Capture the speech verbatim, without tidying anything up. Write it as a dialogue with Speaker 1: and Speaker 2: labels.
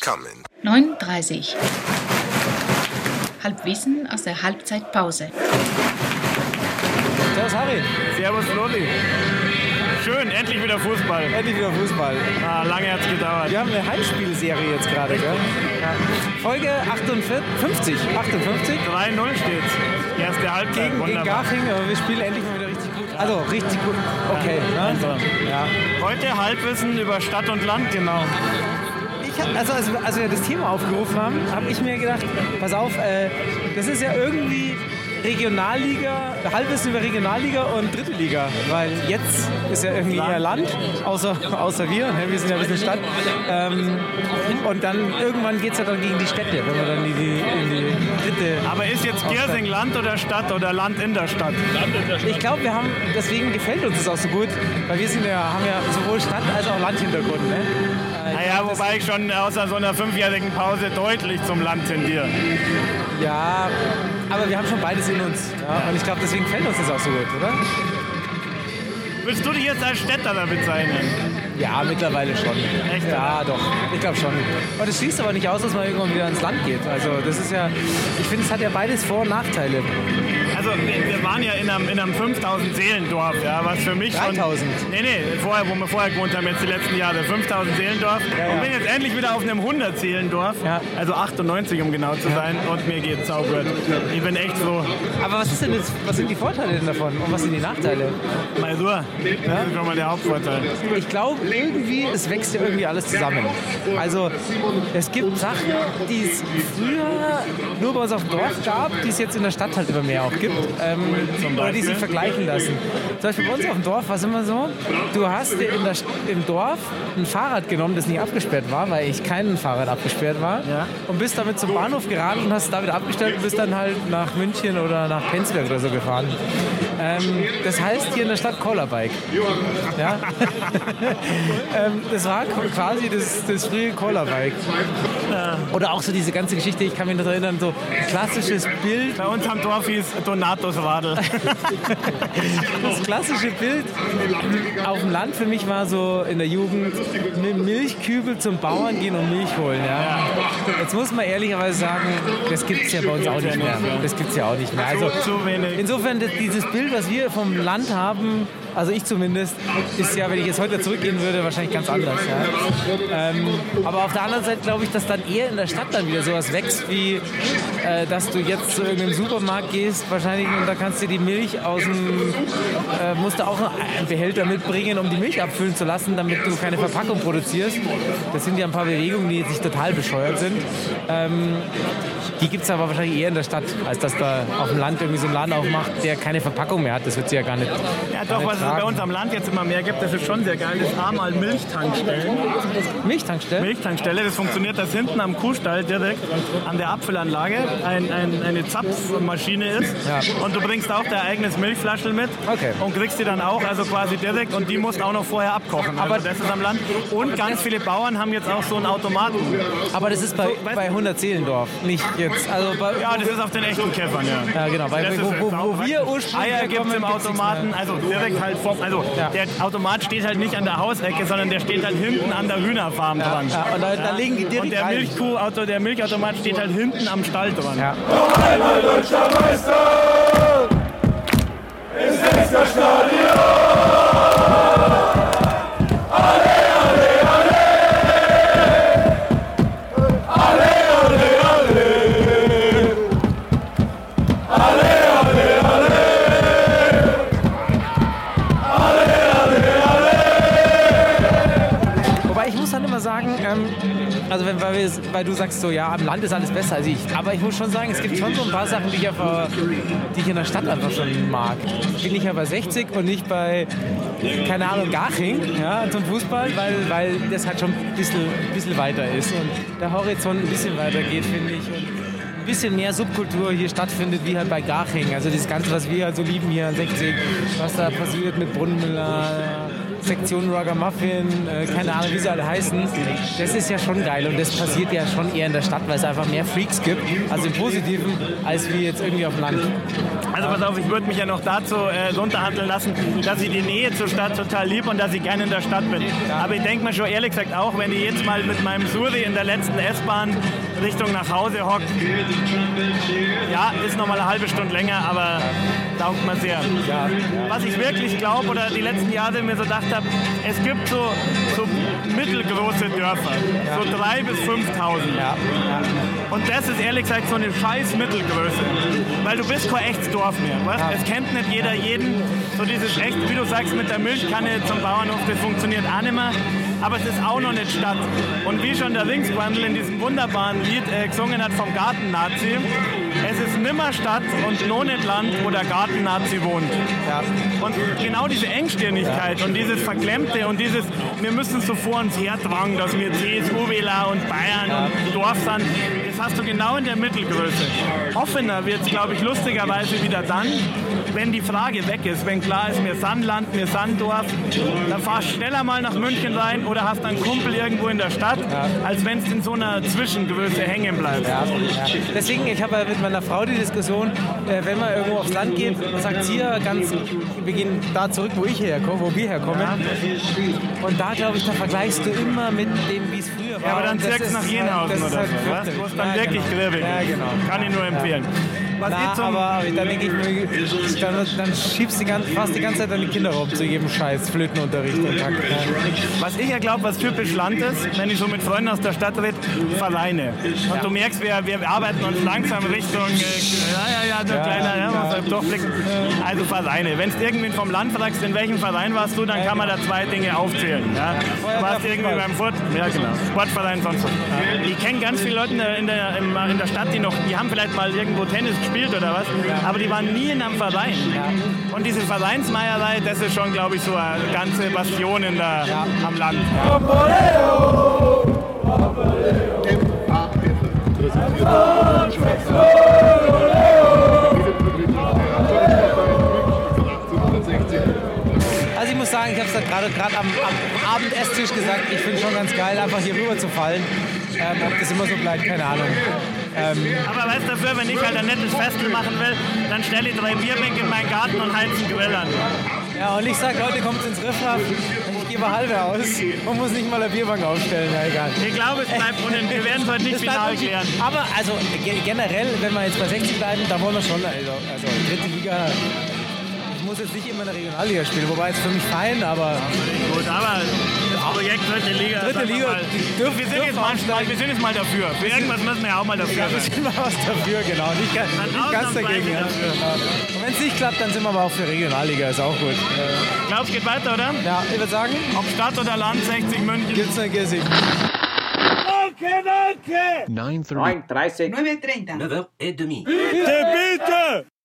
Speaker 1: coming.
Speaker 2: neun Uhr dreißig. Halbwissen aus der Halbzeitpause.
Speaker 3: Servus Harry.
Speaker 4: Servus Lolli. Schön, endlich wieder Fußball.
Speaker 3: Endlich wieder Fußball.
Speaker 4: Ah, lange hat es gedauert.
Speaker 3: Wir haben eine Heimspielserie jetzt gerade, gell? Ja. Folge achtundfünfzig. achtundfünfzig.
Speaker 4: drei null steht's. Erste Halbzeit.
Speaker 3: Gegen, gegen Garching, aber wir spielen endlich mal wieder richtig gut. Also, richtig gut. Okay.
Speaker 4: Ja.
Speaker 3: Ne? Ja.
Speaker 4: Heute Halbwissen über Stadt und Land.
Speaker 3: Genau. Ich hab, also, als, als wir das Thema aufgerufen haben, habe ich mir gedacht, pass auf, äh, das ist ja irgendwie Regionalliga, Halbwissen über Regionalliga und Dritte Liga, weil jetzt ist ja irgendwie eher Land, außer, außer wir, ne? Wir sind ja ein bisschen Stadt. Ähm, und dann irgendwann geht es ja dann gegen die Städte, wenn man dann in die, in die dritte...
Speaker 4: Aber ist jetzt Giersing Land oder Stadt oder Land in der Stadt? Land in der Stadt.
Speaker 3: Ich glaube, wir haben, deswegen gefällt uns das auch so gut, weil wir sind ja, haben ja sowohl Stadt- als auch Landhintergrund. Ne?
Speaker 4: Naja, wobei ich schon außer so einer fünfjährigen Pause deutlich zum Land tendiere.
Speaker 3: Ja, aber wir haben schon beides in uns. Ja? Und ich glaube, deswegen gefällt uns das auch so gut, oder?
Speaker 4: Willst du dich jetzt als Städter bezeichnen?
Speaker 3: Ja, mittlerweile schon.
Speaker 4: Echt?
Speaker 3: Ja, doch. Ich glaube schon. Und es schließt aber nicht aus, dass man irgendwann wieder ins Land geht. Also das ist ja, ich finde, es hat ja beides Vor- und Nachteile.
Speaker 4: Also wir, wir waren ja in einem, in einem fünftausend Seelendorf, ja, was für mich schon...
Speaker 3: dreitausend.
Speaker 4: Nee, nee, vorher, wo wir vorher gewohnt haben, jetzt die letzten Jahre, fünftausend Seelendorf.
Speaker 3: Ja, ja.
Speaker 4: Und bin jetzt endlich wieder auf einem hundert Seelendorf,
Speaker 3: Ja.
Speaker 4: also achtundneunzig, um genau zu sein. Und mir geht's saugut. Ich bin echt froh.
Speaker 3: Aber was ist denn jetzt, was sind die Vorteile denn davon und was sind die Nachteile?
Speaker 4: Mal so, das ist schon mal der Hauptvorteil.
Speaker 3: Ich glaube irgendwie, es wächst ja irgendwie alles zusammen. Also es gibt Sachen, die es früher nur bei uns auf dem Dorf gab, die es jetzt in der Stadt halt immer mehr auch gibt. Ähm, oder die sich vergleichen lassen. Zum Beispiel bei uns auf dem Dorf war es immer so, du hast dir in der, im Dorf ein Fahrrad genommen, das nicht abgesperrt war, weil ich kein Fahrrad abgesperrt war,
Speaker 4: Ja.
Speaker 3: und bist damit zum Bahnhof geraten und hast da wieder abgestellt und bist dann halt nach München oder nach Penzberg oder so gefahren. Ähm, das heißt hier in der Stadt Collerbike. Ja? ähm, das war quasi das, das frühe Collerbike. Oder auch so diese ganze Geschichte, ich kann mich noch erinnern, so ein klassisches Bild.
Speaker 4: Bei uns am Dorf hieß Donatus Radl.
Speaker 3: Das klassische Bild auf dem Land für mich war so in der Jugend mit Milchkübel zum Bauern gehen und Milch holen. Ja. Jetzt muss man ehrlicherweise sagen, das gibt es ja bei uns auch nicht mehr. Das gibt es ja auch nicht mehr. Also
Speaker 4: Zu wenig.
Speaker 3: insofern, das- dieses Bild, was wir vom Land haben, also ich zumindest, ist ja, wenn ich jetzt heute zurückgehen würde, wahrscheinlich ganz anders. Ja. Ähm, aber auf der anderen Seite glaube ich, dass dann eher in der Stadt dann wieder sowas wächst, wie äh, dass du jetzt zu irgendeinem Supermarkt gehst, wahrscheinlich, und da kannst du die Milch aus dem, äh, musst du auch einen Behälter mitbringen, um die Milch abfüllen zu lassen, damit du keine Verpackung produzierst. Das sind ja ein paar Bewegungen, die jetzt nicht total bescheuert sind. Ähm, die gibt es aber wahrscheinlich eher in der Stadt, als dass da auf dem Land irgendwie so ein Laden aufmacht, der keine Verpackung mehr hat. Das wird sie ja gar nicht.
Speaker 4: Ja,
Speaker 3: gar
Speaker 4: doch,
Speaker 3: nicht
Speaker 4: was es
Speaker 3: tragen.
Speaker 4: bei uns am Land jetzt immer mehr gibt, das ist schon sehr geil, das einmal Milchtankstellen.
Speaker 3: Milchtankstellen?
Speaker 4: Milchtankstelle, das funktioniert, dass hinten am Kuhstall direkt an der Abfüllanlage ein, ein, eine Zapfmaschine ist.
Speaker 3: Ja.
Speaker 4: Und du bringst auch dein eigenes Milchflaschel mit
Speaker 3: Okay.
Speaker 4: und kriegst die dann auch, also quasi direkt, und die musst auch noch vorher abkochen.
Speaker 3: Aber-
Speaker 4: also das ist am Land. Und ganz viele Bauern haben jetzt auch so einen Automaten.
Speaker 3: Aber das ist bei,
Speaker 4: weißt
Speaker 3: bei
Speaker 4: du-
Speaker 3: hundert Seelendorf, nicht jetzt. Also bei,
Speaker 4: Ja, das ist auf den echten Käfern, ja.
Speaker 3: Ja, genau, weil
Speaker 4: Das
Speaker 3: wo,
Speaker 4: ist
Speaker 3: wo,
Speaker 4: jetzt
Speaker 3: wo
Speaker 4: auch
Speaker 3: wir
Speaker 4: praktisch.
Speaker 3: ursprünglich
Speaker 4: Eier gibt es
Speaker 3: herkommen,
Speaker 4: im
Speaker 3: gibt's nichts
Speaker 4: Automaten, also direkt halt vom, also
Speaker 3: Ja.
Speaker 4: der Automat steht halt nicht an der Hausecke, sondern der steht halt hinten an der Hühnerfarm
Speaker 3: mehr.
Speaker 4: dran.
Speaker 3: Ja, und da, da legen die direkt
Speaker 4: Und der
Speaker 3: rein.
Speaker 4: Milchkuh-Auto, der Milchautomat steht halt hinten am Stall dran.
Speaker 3: Ja.
Speaker 5: Noch einmal deutscher Meister ins nächste Stadion. Alle, alle, alle. Alle, alle, alle. Alle, alle, alle. Alle, alle, alle.
Speaker 3: Wobei ich muss dann immer sagen, ähm, also wenn, weil, wir, weil du sagst so, ja, am Land ist alles besser als ich. Aber ich muss schon sagen, es gibt schon so ein paar Sachen, die ich, einfach, die ich in der Stadt einfach schon mag. Bin ich ja bei sechzig und nicht bei, keine Ahnung, Garching, ja, zum Fußball, weil, weil das halt schon ein bisschen, bisschen weiter ist und der Horizont ein bisschen weiter geht, finde ich. Und ein bisschen mehr Subkultur hier stattfindet, wie halt bei Garching. Also das Ganze, was wir halt so lieben hier an sechzig, was da passiert mit Brunnenmüller, Sektion Ragamuffin, äh, keine Ahnung, wie sie alle heißen. Das ist ja schon geil und das passiert ja schon eher in der Stadt, weil es einfach mehr Freaks gibt, also im Positiven, als wie jetzt irgendwie auf dem Land.
Speaker 4: Also pass auf, ich würde mich ja noch dazu äh, runterhandeln lassen, dass ich die Nähe zur Stadt total lieb und dass ich gerne in der Stadt bin. Aber ich denke mir schon ehrlich gesagt auch, wenn ich jetzt mal mit meinem Suri in der letzten S-Bahn Richtung nach Hause hockt, ja, ist noch mal eine halbe Stunde länger, aber taugt mir sehr.
Speaker 3: Ja.
Speaker 4: Was ich wirklich glaube oder die letzten Jahre mir so gedacht habe, es gibt so, so mittelgroße Dörfer,
Speaker 3: Ja.
Speaker 4: so drei bis fünftausend.
Speaker 3: Ja. Ja.
Speaker 4: Und das ist ehrlich gesagt so eine scheiß Mittelgröße. Weil du bist kein echtes Dorf mehr. Weißt?
Speaker 3: Ja.
Speaker 4: Es kennt nicht jeder jeden. So dieses echt, wie du sagst, mit der Milchkanne zum Bauernhof, das funktioniert auch nicht mehr. Aber es ist auch noch nicht Stadt. Und wie schon der Ringsquandl in diesem wunderbaren Lied äh, gesungen hat vom Garten-Nazi, es ist nimmer Stadt und noch nicht Land, wo der Garten-Nazi wohnt.
Speaker 3: Ja.
Speaker 4: Und genau diese Engstirnigkeit und dieses Verklemmte und dieses, wir müssen so vor uns hertragen, dass wir C S U-Wähler und Bayern und Dorf sind, das hast du genau in der Mittelgröße. Offener wird es, glaube ich, lustigerweise wieder dann, wenn die Frage weg ist, wenn klar ist, wir sind Land, wir sind Dorf, dann fahrst du schneller mal nach München rein oder hast einen Kumpel irgendwo in der Stadt,
Speaker 3: Ja.
Speaker 4: als wenn es in so einer Zwischengröße hängen bleibt.
Speaker 3: Ja, ja. Deswegen, ich habe ja mit meiner Frau die Diskussion, äh, wenn man irgendwo aufs Land geht, sagt sie ja ganz, wir gehen da zurück, wo ich herkomme, wo wir herkommen. Und da, glaube ich, da vergleichst du immer mit dem, wie es früher war.
Speaker 4: Ja, aber dann
Speaker 3: Und das
Speaker 4: zirkst
Speaker 3: ist
Speaker 4: nach
Speaker 3: halt-
Speaker 4: Jenhausen
Speaker 3: das ist
Speaker 4: oder
Speaker 3: halt
Speaker 4: so, was?
Speaker 3: fürchterlich.
Speaker 4: Wo es dann
Speaker 3: Ja,
Speaker 4: wirklich
Speaker 3: genau.
Speaker 4: kribbelt.
Speaker 3: Ja, genau.
Speaker 4: Kann ich nur empfehlen. Was
Speaker 3: Na,
Speaker 4: ich zum
Speaker 3: aber dann denke ich mir, dann, dann schiebst du die ganze, fast die ganze Zeit deine Kinder rum zu jedem Scheiß, Flötenunterricht und Kack.
Speaker 4: Was ich ja glaube, was typisch Land ist, wenn ich so mit Freunden aus der Stadt rede, Vereine. Und du merkst, wir, wir arbeiten uns langsam Richtung, äh, ja, ja, ja, so
Speaker 3: Ja,
Speaker 4: kleiner, ja,
Speaker 3: ja.
Speaker 4: ja. Durchblicken. Also Vereine. Wenn du irgendwen vom Land fragst, in welchem Verein warst du, dann kann man da zwei Dinge aufzählen. Ja. Du warst irgendwie beim Furt, ja genau, Sportverein, sonst was. Ich kenne ganz viele Leute in der, in, der, in der Stadt, die noch, die haben vielleicht mal irgendwo Tennis gespielt oder was, aber die waren nie in einem Verein. Und diese Vereinsmeierei, das ist schon, glaube ich, so eine ganze Bastion in der, am Land.
Speaker 3: Also ich muss sagen, ich habe es ja gerade gerade am, am Abendesstisch gesagt, ich finde schon ganz geil, einfach hier rüber zu fallen. Ähm, ob das immer so bleibt, keine Ahnung. Ähm,
Speaker 4: Aber weißt du, dafür, wenn ich halt ein nettes Festel machen will, dann stelle ich drei Bierbänke in meinen Garten und heize einen Grill an.
Speaker 3: ja, und ich sage, Leute, kommt ins Riffraff, ich gebe halbe aus und muss nicht mal eine Bierbank aufstellen, ja egal.
Speaker 4: Ich glaube, es bleibt unten. Wir werden es heute nicht
Speaker 3: Das bleibt
Speaker 4: final
Speaker 3: unten.
Speaker 4: klären.
Speaker 3: Aber also ge- generell, wenn wir jetzt bei sechzig bleiben, da wollen wir schon, also, also dritte Liga, ich muss jetzt nicht immer in der Regionalliga spielen, wobei es für mich fein, aber
Speaker 4: Gut, aber das Projekt dritte Liga.
Speaker 3: Dritte
Speaker 4: sagen wir
Speaker 3: Liga,
Speaker 4: mal,
Speaker 3: die dürfen-
Speaker 4: wir, sind
Speaker 3: dürfen
Speaker 4: jetzt mal,
Speaker 3: aufsteigen.
Speaker 4: wir sind jetzt mal dafür. Für irgendwas müssen wir ja auch mal dafür
Speaker 3: ja, wir
Speaker 4: sein.
Speaker 3: sind mal was dafür, genau. Nicht, ga- nicht ganz
Speaker 4: ausnahmsweise
Speaker 3: dagegen. Ja.
Speaker 4: dafür.
Speaker 3: Ja. Und wenn es nicht klappt, dann sind wir aber auch für Regionalliga, ist auch gut.
Speaker 4: Glaubst du, geht weiter, oder?
Speaker 3: Ja, ich würde sagen,
Speaker 4: Ob Stadt oder Land, sechzig München.
Speaker 3: gibt's eine Gissing.
Speaker 5: Danke, danke!
Speaker 1: neun dreißig.
Speaker 6: nueve treinta.
Speaker 1: neuf heures trente.
Speaker 5: Bitte, bitte!